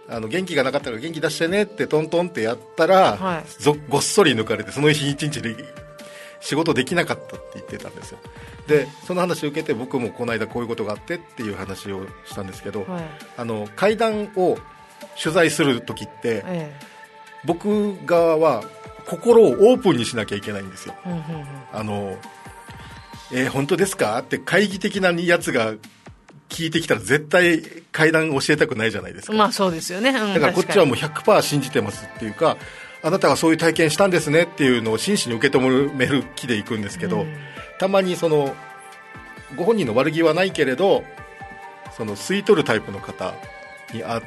あの元気がなかったから元気出してねってトントンってやったら、はい、ごっそり抜かれてその日一日で仕事できなかったって言ってたんですよ。でその話を受けて僕もこの間こういうことがあってっていう話をしたんですけど、はい、あの怪談を取材するときって、ええ、僕側は心をオープンにしなきゃいけないんですよ、 うんうんうん、 あのえー、本当ですかって会議的なやつが聞いてきたら絶対階段教えたくないじゃないですか。 まあそうですよね、うん、 だからこっちはもう ひゃくパーセント 信じてますっていうか、あなたがそういう体験したんですねっていうのを真摯に受け止める気でいくんですけど、うん、たまにそのご本人の悪気はないけれどその吸い取るタイプの方に会って、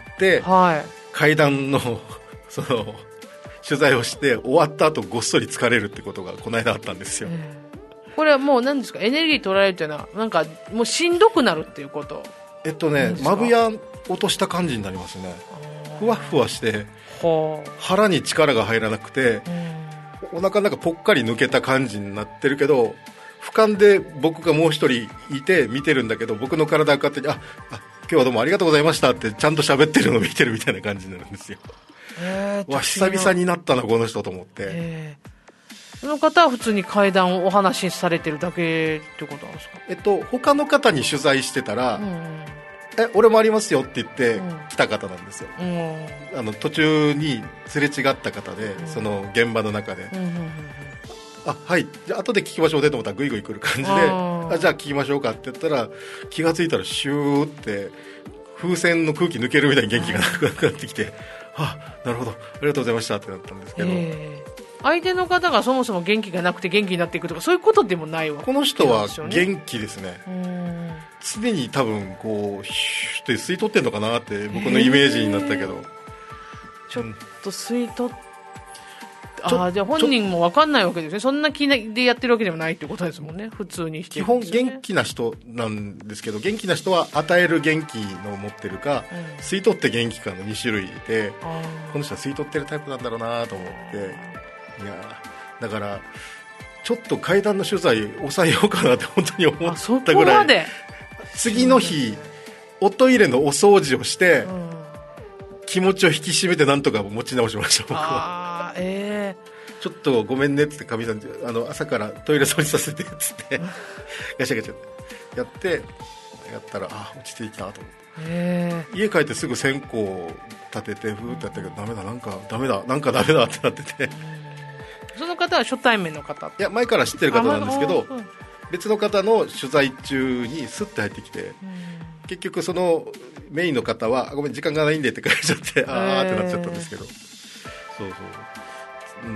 はい、階段のその取材をして終わった後ごっそり疲れるってことがこの間あったんですよ、うん、 これはもう何ですか、エネルギー取られるというのはなんかもうしんどくなるっていうこと。 えっとねまぶや落とした感じになりますね。ふわふわして腹に力が入らなくて、うん、お腹の中ぽっかり抜けた感じになってるけど、俯瞰で僕がもう一人いて見てるんだけど、僕の体が勝手に あ, あ今日はどうもありがとうございましたってちゃんと喋ってるのを見てるみたいな感じになるんですよ。えー、わ久々になったなこの人と思って、えー、その方は普通に階段をお話しされてるだけってことなんですか。 えっと他の方に取材してたら、うん、え俺もありますよって言って来た方なんですよ、うん、あの途中にすれ違った方で、うん、その現場の中で、うんうんうん、あはいじゃあ後で聞きましょうねと思ったらグイグイ来る感じで、ああじゃあ聞きましょうかって言ったら気がついたらシューって風船の空気抜けるみたいに元気がなくなってきて、あなるほどありがとうございましたってなったんですけど、えー、相手の方がそもそも元気がなくて元気になっていくとかそういうことでもないわ。 この人は元気ですね。常に多分こうシュッて吸い取ってんのかなって僕のイメージになったけど、えー、 ちょっと吸い取ってあじゃあ本人も分かんないわけですね。そんな気でやってるわけでもないってことですもんね。普通にしてるんですよね。 基本元気な人なんですけど、元気な人は与える元気の持ってるか、うん、吸い取って元気かのに種類で、この人は吸い取ってるタイプなんだろうなと思って、いやだからちょっと階段の取材抑えようかなって本当に思ったぐらい。そこまで次の日おトイレのお掃除をして、うん、気持ちを引き締めてなんとか持ち直しました僕は。あえー、ちょっとごめんねってかみさんあの朝からトイレ掃除させてっつってガシャガシャやってやったらあ落ち着いたと思って、えー、家帰ってすぐ線香を立ててふーってやったけどダメだなんかダメだなんかダメだってなっててその方は初対面の方。 いや前から知ってる方なんですけど、まあ、別の方の取材中にスッて入ってきて、結局そのメインの方はごめん時間がないんでって書いちゃってあーってなっちゃったんですけど、そうそう、うん、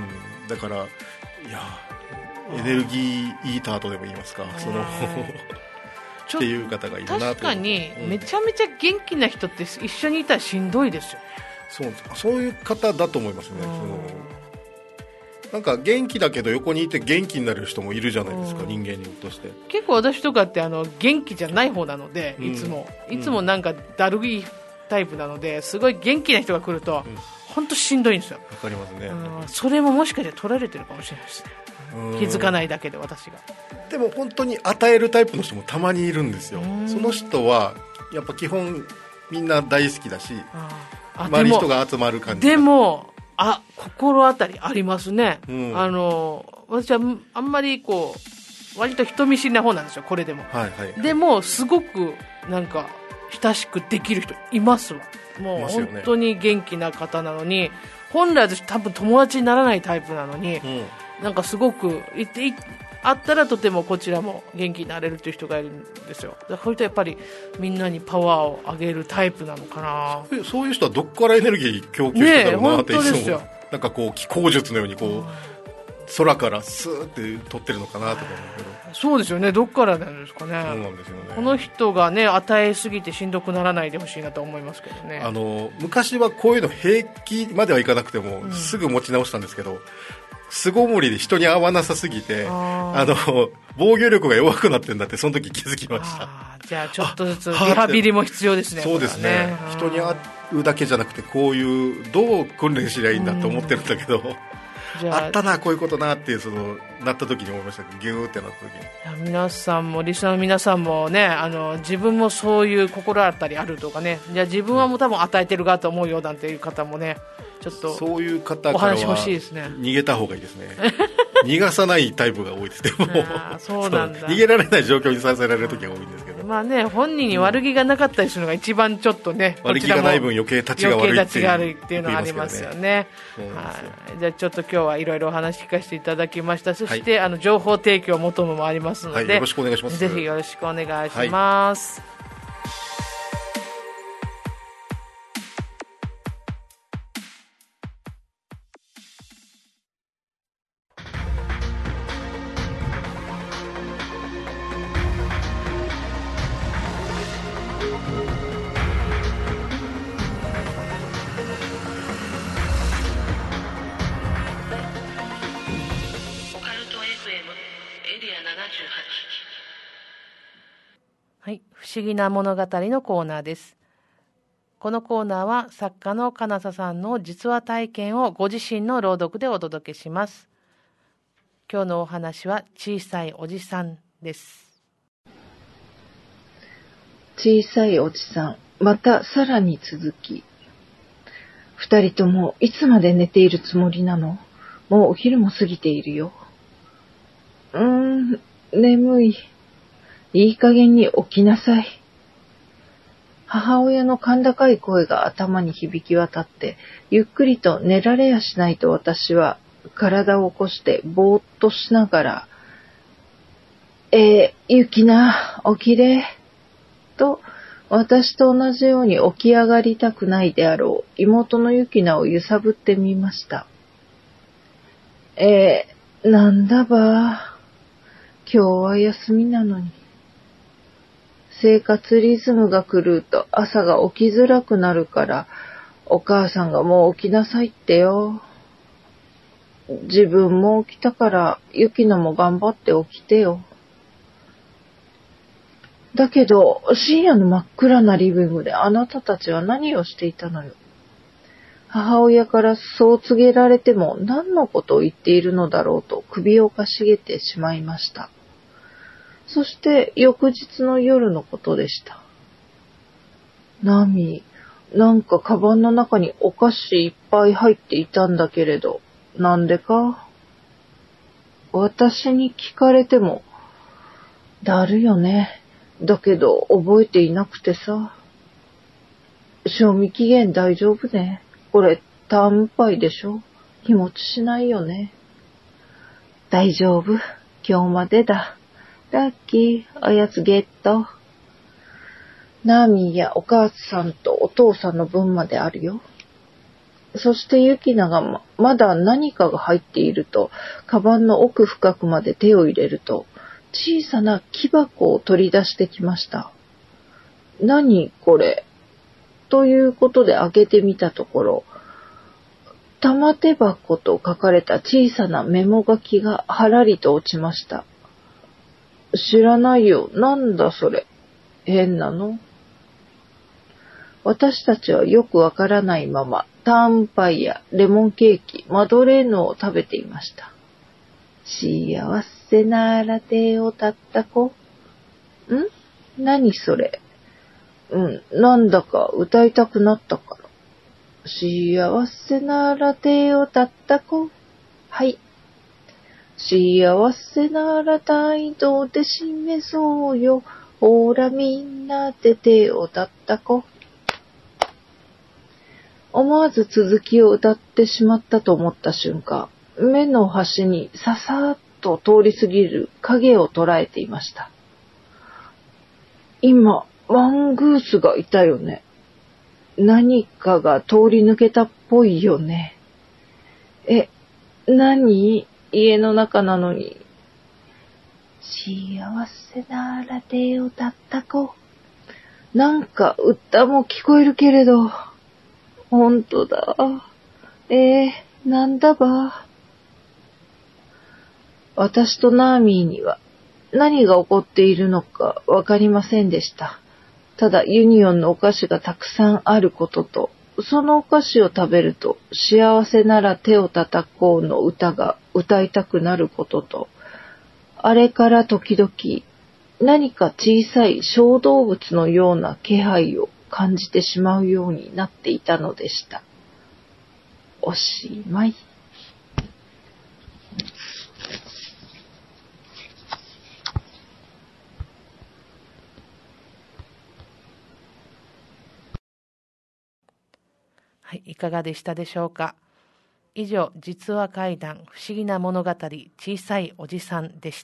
だからいやエネルギーイーターとでも言いますか、そのっていう方がいるなと。 確かにめちゃめちゃ元気な人って一緒にいたらしんどいですよ。 そう、そういう方だと思いますね。そのなんか元気だけど横にいて元気になる人もいるじゃないですか、人間にとして。 結構私とかってあの元気じゃない方なので、いつも、うん、いつもなんかだるいタイプなので、すごい元気な人が来ると、うん、本当しんどいんですよ。 わかりますね、 うん、それももしかして取られてるかもしれないですね。気づかないだけで私が。 でも本当に与えるタイプの人もたまにいるんですよ。その人はやっぱ基本みんな大好きだし、周りの人が集まる感じ。 でもあ心当たりありますね、うん、あの私はあんまりこう割と人見知りな方なんですよ、これでも、はいはい、でもすごくなんか親しくできる人いますわ。もう本当に元気な方なのに、本来私多分友達にならないタイプなのに、うん、なんかすごくいていあったらとてもこちらも元気になれるという人がいるんですよ。だからこういう人はやっぱりみんなにパワーを上げるタイプなのかな。 そういう、そういう人はどこからエネルギー供給してたろうなっていつもなんかこう気候術のようにこう、うん、空からスーって取ってるのかなとか思うけど。 そうですよね、どっからなんですかね。そうなんですよね。この人がね与えすぎてしんどくならないでほしいなと思いますけどね。 あの昔はこういうの平気まではいかなくても、うん、すぐ持ち直したんですけど、巣ごもりで人に会わなさすぎて あ, あの防御力が弱くなってるんだってその時気づきました。 あじゃあちょっとずつリハビリも必要ですね。 そうですね、人に会うだけじゃなくてこういうどう訓練すりゃいいんだと思ってるんだけど、じゃああったなこういうことなってそのなった時に思いましたけど、ギューってなった時に。 いや皆さんもリスナーの皆さんもね、あの自分もそういう心当たりあるとかね、じゃあ自分はもう多分与えてる側と思うよなんていう方もね、ちょっとそういう方からは逃げた方がいいですね。逃がさないタイプが多いです。でもあそうなんだ逃げられない状況にさせられる時が多いんですけど、 まあね、本人に悪気がなかったりするのが一番ちょっとね、 悪気がない分余計立ちが悪いっていう、 余計立ちが悪いっていうのはありますよね。はい、じゃあちょっと今日はいろいろお話聞かせていただきました。そして、はい、あの情報提供求むもありますので、はい、 よろしくお願いします。 ぜひよろしくお願いします。はい。はい、不思議な物語のコーナーです。このコーナーは作家の金佐さんの実話体験をご自身の朗読でお届けします。今日のお話は小さいおじさんです。 小さいおじさん、またさらに続き。二人ともいつまで寝ているつもりなの？もうお昼も過ぎているよ。うーん、眠い。いい加減に起きなさい。母親の甲高い声が頭に響き渡って、ゆっくりと寝られやしないと私は体を起こしてぼーっとしながら、えー、ゆきな、起きれ。と、私と同じように起き上がりたくないであろう妹のゆきなを揺さぶってみました。えー、なんだば。今日は休みなのに。生活リズムが狂うと朝が起きづらくなるから、お母さんがもう起きなさいってよ。自分も起きたから、ゆきなも頑張って起きてよ。だけど、深夜の真っ暗なリビングであなたたちは何をしていたのよ。母親からそう告げられても何のことを言っているのだろうと首をかしげてしまいました。そして翌日の夜のことでした。ナミ、なんかカバンの中にお菓子いっぱい入っていたんだけれど、なんでか？私に聞かれても、だるよね。だけど覚えていなくてさ。賞味期限大丈夫ね。これタームパイでしょ？日持ちしないよね。大丈夫。今日までだ。ラッキー、おやつゲット。ナーミーやお母さんとお父さんの分まであるよ。そしてユキナが ま, まだ何かが入っていると、カバンの奥深くまで手を入れると、小さな木箱を取り出してきました。何これ？ということで開けてみたところ、玉手箱と書かれた小さなメモ書きがはらりと落ちました。知らないよ。なんだそれ。変なの？私たちはよくわからないまま、ターンパイやレモンケーキ、マドレーヌを食べていました。幸せなら手をたった子。ん？何それ？うん、なんだか歌いたくなったから。幸せなら手をたった子。はい。幸せなら態度で示そうよ。ほらみんなで手をたった子。思わず続きを歌ってしまったと思った瞬間、目の端にささっと通り過ぎる影を捉えていました。今、マングースがいたよね。何かが通り抜けたっぽいよね。え、何？家の中なのに。幸せなら手をたった子。なんか歌も聞こえるけれど。ほんとだ。えー、なんだば。私とナーミーには何が起こっているのかわかりませんでした。ただユニオンのお菓子がたくさんあることと、そのお菓子を食べると幸せなら手を叩こうの歌が歌いたくなることと、あれから時々何か小さい小動物のような気配を感じてしまうようになっていたのでした。おしまい。 はい、いかがでしたでしょうか。以上、実話怪談不思議な物語小さいおじさんでした。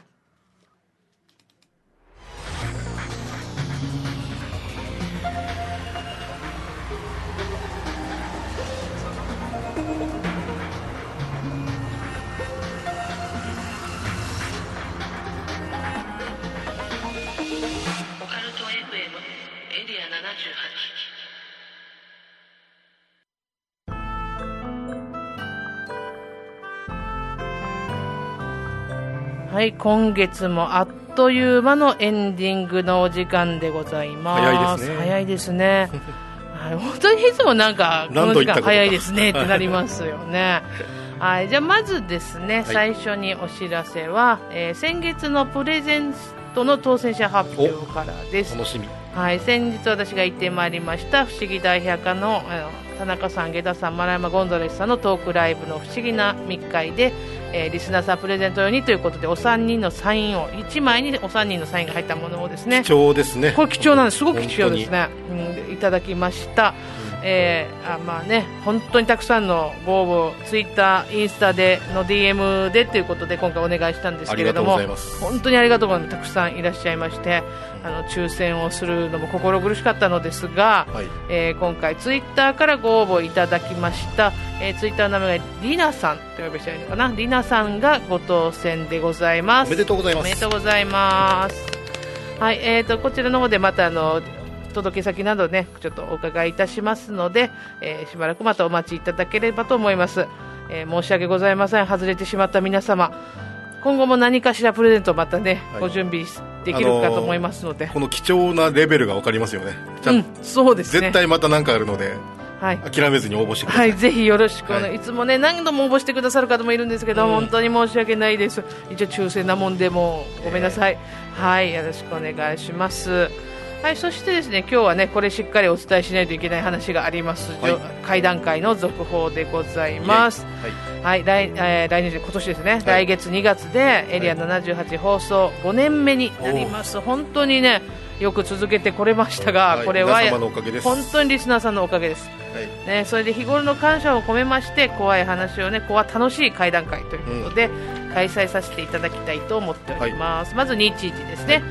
はい、今月もあっという間のエンディングのお時間でございます。早いですね。早いですね。はい、本当にいつもなんかこの時間早いですねってなりますよね。はい、じゃあまずですね、はい、最初にお知らせは、えー、先月のプレゼントの当選者発表からです。 楽しみ。 はい、先日私が行ってまいりました不思議大百科の、あの田中さん、下田さん、丸山ゴンザレスさんのトークライブの不思議な密会で、えー、リスナーさんプレゼント用にということでおさんにんのサインをいちまいにおさんにんのサインが入ったものをですね、 貴重ですね。 これ貴重なんです。すごく貴重ですね、うん、いただきました。えーあまあね、本当にたくさんのご応募、ツイッター、インスタでの ディーエム でということで今回お願いしたんですけれども、本当にありがとうございます。たくさんいらっしゃいまして、あの抽選をするのも心苦しかったのですが、はい、えー、今回ツイッターからご応募いただきました、えー、ツイッターの名前がリナさんと呼べしたらいいのかな、リナさんがご当選でございます。 おめでとうございます。 おめでとうございます。はい、えーとこちらの方でまたあの届け先などねちょっとお伺いいたしますので、えー、しばらくまたお待ちいただければと思います。えー、申し訳ございません。外れてしまった皆様、今後も何かしらプレゼントまたね、はい、ご準備できるかと思いますので、 あのー、この貴重なレベルが分かりますよね。 じゃ、うん、そうですね。 絶対また何かあるので、はい、諦めずに応募してください。 はい、ぜひよろしくお願い、はい、いつもね何度も応募してくださる方もいるんですけど、うん、本当に申し訳ないです。一応抽選なもんでもごめんなさい、えー、はい、よろしくお願いします。はい、そしてですね、今日はねこれしっかりお伝えしないといけない話があります。はい、会談会の続報でございます。はい、はい、来、えー、来年今年ですね、はい、来月にがつでエリアななじゅうはち放送ごねんめになります。本当にねよく続けてこれましたが、はい、これは本当にリスナーさんのおかげです。はい、ね、それで日頃の感謝を込めまして怖い話をね怖楽しい会談会ということで、うん、開催させていただきたいと思っております。はい、まず日時ですね。はい、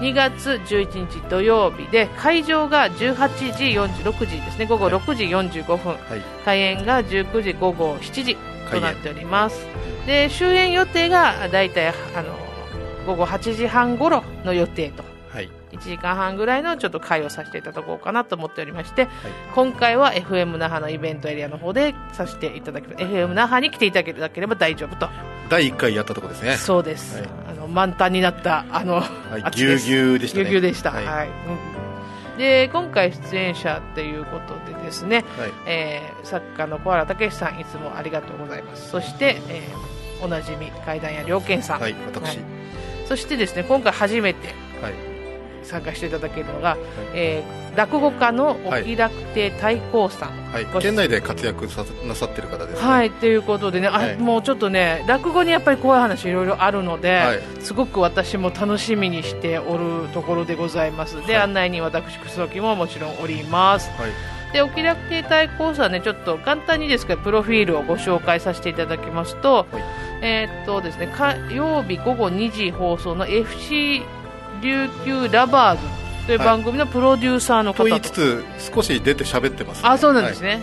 にがつじゅういちにち土曜日で会場がじゅうはちじよんじゅうろくじですね、午後ろくじよんじゅうごふん、はい、開演がじゅうくじ午後しちじとなっております。で終演予定がだいたいあの午後はちじはん頃の予定と、はい、いちじかんはんぐらいのちょっと会をさせていただこうかなと思っておりまして、はい、今回は エフエム 那覇のイベントエリアの方でさせていただきます。 エフエム 那覇に来ていただければ大丈夫と。 だいいっかいやったところですね。 そうです、はい、あの満タンになったあの、はい、 ぎゅうぎゅうでしたね。 ぎゅうぎゅうでした、はいはい、うん、で今回出演者ということでですね、はい、えー、作家の小原武史さんいつもありがとうございます。そして、えー、おなじみ怪談屋良健さん、 はい、私、はい、 そしてですね今回初めて、はい、参加していただけるのが、はい、えー、落語家の沖楽亭太閤さん、 はいはい、県内で活躍さなさっている方ですね。 はい、ということでね、はい、あもうちょっとね落語にやっぱり怖い話いろいろあるので、はい、すごく私も楽しみにしておるところでございます。で、はい、案内に私楠木ももちろんおります。はい、で沖楽亭太閤さんねちょっと簡単にですけどプロフィールをご紹介させていただきますと、はい、えー、っとですね火曜日午後にじ放送の エフシー 琉球ラバーズという番組のプロデューサーの方と、 はい、と言いつつ少し出て喋ってます、ね、 あ、そうなんですね、はい、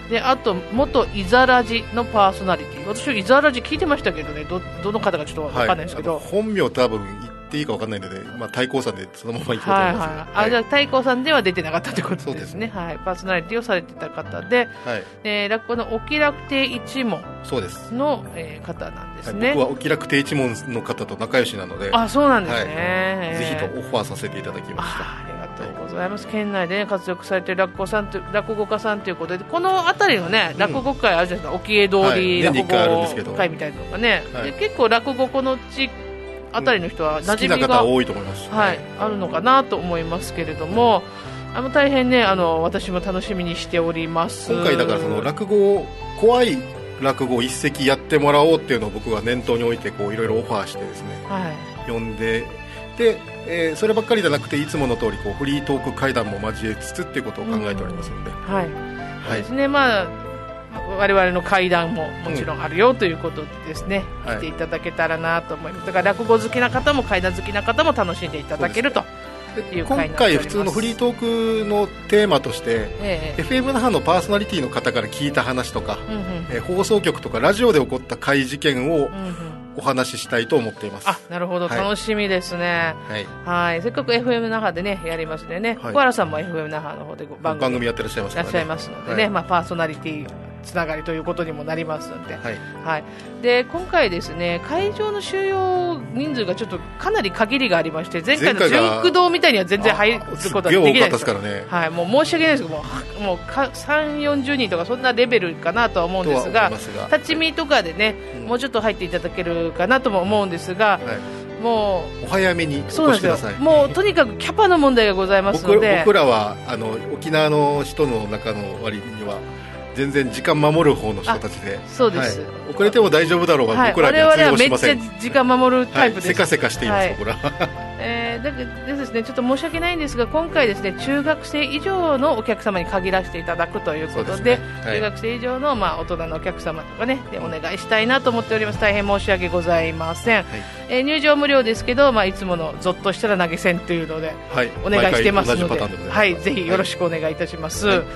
であと元イザラジのパーソナリティ、私イザラジ聞いてましたけどね、 ど, どの方かちょっと分かんないですけど、 はい、本名多分言っていいか分かんないので、まあ、太閤さんでそのまま行こうと思います、はいはい、 あ、じゃあ太閤さんでは出てなかったということですね。そうですね、はい、パーソナリティをされてた方で、はい、えー、落語の沖楽亭一門の、えー、方なんですね、 はい、僕は沖楽亭一門の方と仲良しなので、 あ、そうなんですね、 はい、ぜひとオファーさせていただきました。 あ、ありがとうございます。県内で、ね、活躍されている落語さんと落語家さんということで、この辺りのね、うん、落語会あるじゃないですか、沖江通り落語会みたいなのがね、はい、で結構落語この地あたりの人は馴染みが、 好きな方多いと思います、 はい、あるのかなと思いますけれども、あの大変ね、あの私も楽しみにしております。 今回だからその落語、怖い落語一席やってもらおうっていうのを僕は念頭に置いてこういろいろオファーしてですね、はい、呼んで、で、えー、そればっかりじゃなくていつもの通りこうフリートーク会談も交えつつっていうことを考えておりますので、うん、はい、 とですね、はい、まあ我々の怪談ももちろんあるよということでですね、うん、来ていただけたらなと思います。だから落語好きな方も怪談好きな方も楽しんでいただけるという回になっております。今回普通のフリートークのテーマとして、ええ、エフエム 那覇のパーソナリティの方から聞いた話とか、うんうん、え放送局とかラジオで起こった怪事件を、うんうん、お話ししたいと思っています。 あ、なるほど、はい、楽しみですね、はいはい、せっかく エフエム 那覇でねやりますのでね、はい、小原さんも エフエム 那覇の方で番 組, 番組やってらっしゃいますからね、 いらっしゃいますのでね、はい、まあ、パーソナリティつながりということにもなりますので、はいはい、で今回ですね会場の収容人数がちょっとかなり限りがありまして、前回の純駆動みたいには全然入ることはできないですからね、はい、もう申し訳ないですけどもうもうさんじゅう、よんじゅうにんとかそんなレベルかなとは思うんですが、立ち見とかでね、うん、もうちょっと入っていただけるかなとも思うんですが、はい、もうお早めにお越しください。 もうとにかくキャパの問題がございますので、 僕, 僕らはあの沖縄の人の中の割には全然時間守る方の人たちで、 そうです、はい、 遅れても大丈夫だろうが、はい、僕らには通用しません。 我々はめっちゃ時間守るタイプです、 はい、せかせかしています、はい、僕らえー、だけでですね、ちょっと申し訳ないんですが、今回ですね中学生以上のお客様に限らせていただくということ で, で、ね、はい、中学生以上の、まあ、大人のお客様とかねでお願いしたいなと思っております。大変申し訳ございません、はい、えー、入場無料ですけど、まあ、いつものゾッとしたら投げ銭というので、はい、お願いしてますの で, ではい、ぜひよろしくお願いいたします、はい、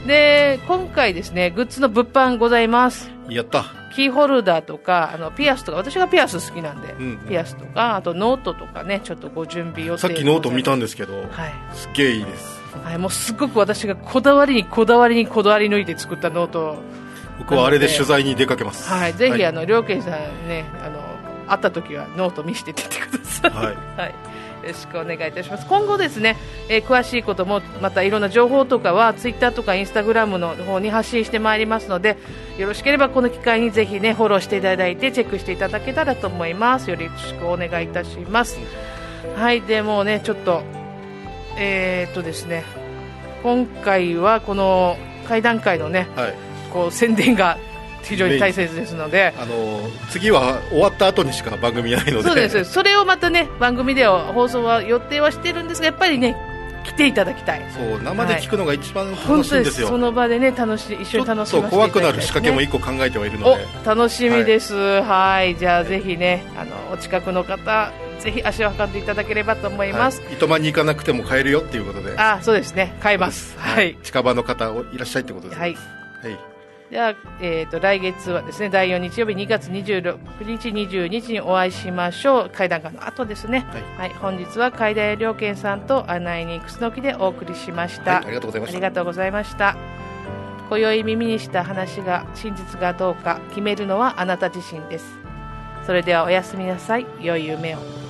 で今回ですねグッズの物販ございます。 やったキーホルダーとかあのピアスとか、私がピアス好きなんで、うん、ピアスとかあとノートとかねちょっとご準備予定。 さっきノート見たんですけど、はい、すっげえいいです、 はい、もうすごく私がこだわりにこだわりにこだわり抜いて作ったノート。 僕はあれで取材に出かけます。 はい、ぜひ、はい、あの両家さんねあの会った時はノート見せてってってください、はいはい、よろしくお願いいたします。今後ですね、えー、詳しいこともまたいろんな情報とかはツイッターとかインスタグラムの方に発信してまいりますので、よろしければこの機会にぜひねフォローしていただいてチェックしていただけたらと思います。よろしくお願いいたします。はい、でもうねちょっとえー、っとですね今回はこの会談会のね、はい、こう宣伝が非常に大切ですので、 あの次は終わった後にしか番組ないので、 そうです、それをまたね番組では放送は予定はしてるんですが、やっぱりね来ていただきたい。 そう生で聞くのが一番楽しいんですよ、はい、ですその場でね楽し一緒に楽しませていただきたい、ね、 怖くなる仕掛けも一個考えてはいるので、 お楽しみです、はい、はい、じゃあぜひねあのお近くの方ぜひ足を運んでいただければと思います、 はい、糸満に行かなくても買えるよっていうことで、 あそうですね買えます、はい、 近場の方いらっしゃいってことです、 はい、はい、では、えー、と来月はですねだいよん日曜日にがつにじゅうろくにちにじゅうにちにお会いしましょう。会談会の後ですね、はいはい、本日は海田屋良健さんと案内人楠木でお送りしました、 はい、ありがとうございました。 ありがとうございました。今宵耳にした話が真実かどうか決めるのはあなた自身です。それではおやすみなさい。良い夢を。